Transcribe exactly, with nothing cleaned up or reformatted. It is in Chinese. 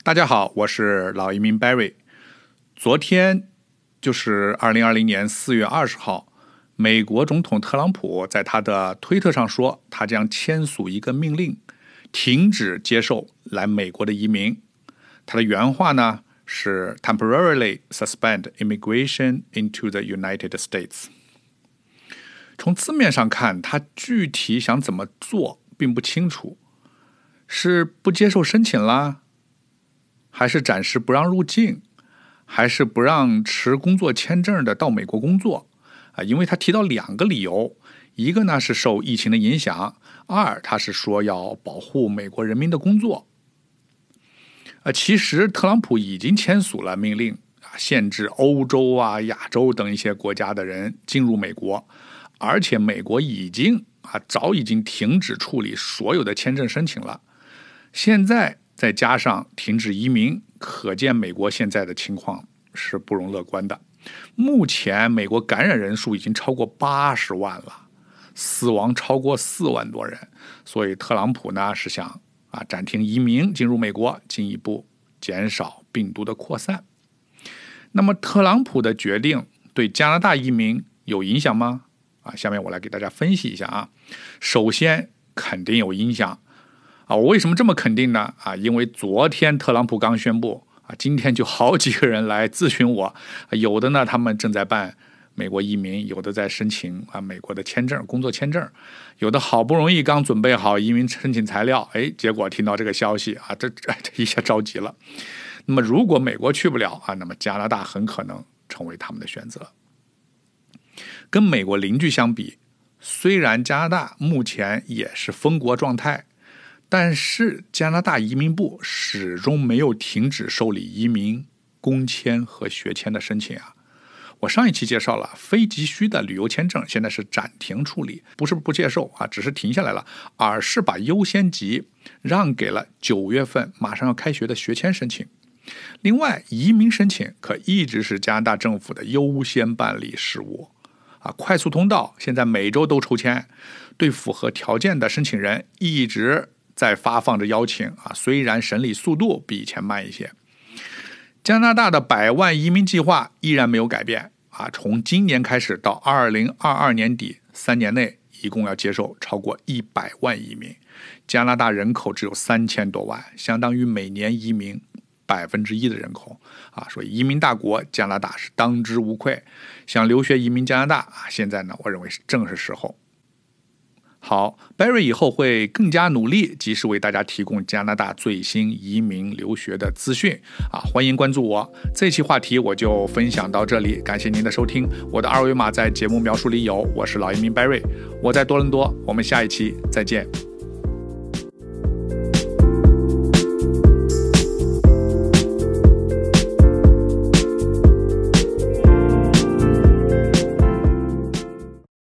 大家好，我是老移民 Barry。 昨天就是二零二零年四月二十号，美国总统特朗普在他的推特上说，他将签署一个命令，停止接受来美国的移民。他的原话呢是 temporarily suspend immigration into the United States。 从字面上看，他具体想怎么做并不清楚，是不接受申请啦，还是暂时不让入境，还是不让持工作签证的到美国工作啊？因为他提到两个理由，一个呢是受疫情的影响，二他是说要保护美国人民的工作。啊，其实特朗普已经签署了命令啊，限制欧洲啊、亚洲等一些国家的人进入美国，而且美国已经啊早已经停止处理所有的签证申请了。现在再加上停止移民，可见美国现在的情况是不容乐观的。目前美国感染人数已经超过八十万了，死亡超过四万多人，所以特朗普呢是想啊暂停移民进入美国，进一步减少病毒的扩散。那么特朗普的决定对加拿大移民有影响吗？啊，下面我来给大家分析一下啊。首先肯定有影响啊，我为什么这么肯定呢？啊，因为昨天特朗普刚宣布啊，今天就好几个人来咨询我，啊、有的呢他们正在办美国移民，有的在申请啊美国的签证、工作签证，有的好不容易刚准备好移民申请材料，哎，结果听到这个消息啊，这这这一下着急了。那么如果美国去不了啊，那么加拿大很可能成为他们的选择。跟美国邻居相比，虽然加拿大目前也是封国状态，但是加拿大移民部始终没有停止受理移民、工签和学签的申请啊。我上一期介绍了非急需的旅游签证现在是暂停处理，不是不接受啊，只是停下来了，而是把优先级让给了九月份马上要开学的学签申请。另外，移民申请可一直是加拿大政府的优先办理事务啊，快速通道现在每周都抽签，对符合条件的申请人一直在发放着邀请啊，虽然审理速度比以前慢一些。加拿大的百万移民计划依然没有改变啊，从今年开始到二零二二年底，三年内一共要接受超过一百万移民。加拿大人口只有三千多万，相当于每年移民百分之一的人口啊，所以移民大国加拿大是当之无愧。想留学移民加拿大啊，现在呢，我认为是正是时候。好 ，Barry 以后会更加努力，及时为大家提供加拿大最新移民留学的资讯啊！欢迎关注我。这期话题我就分享到这里，感谢您的收听。我的二维码在节目描述里有，我是老移民 Barry， 我在多伦多，我们下一期再见。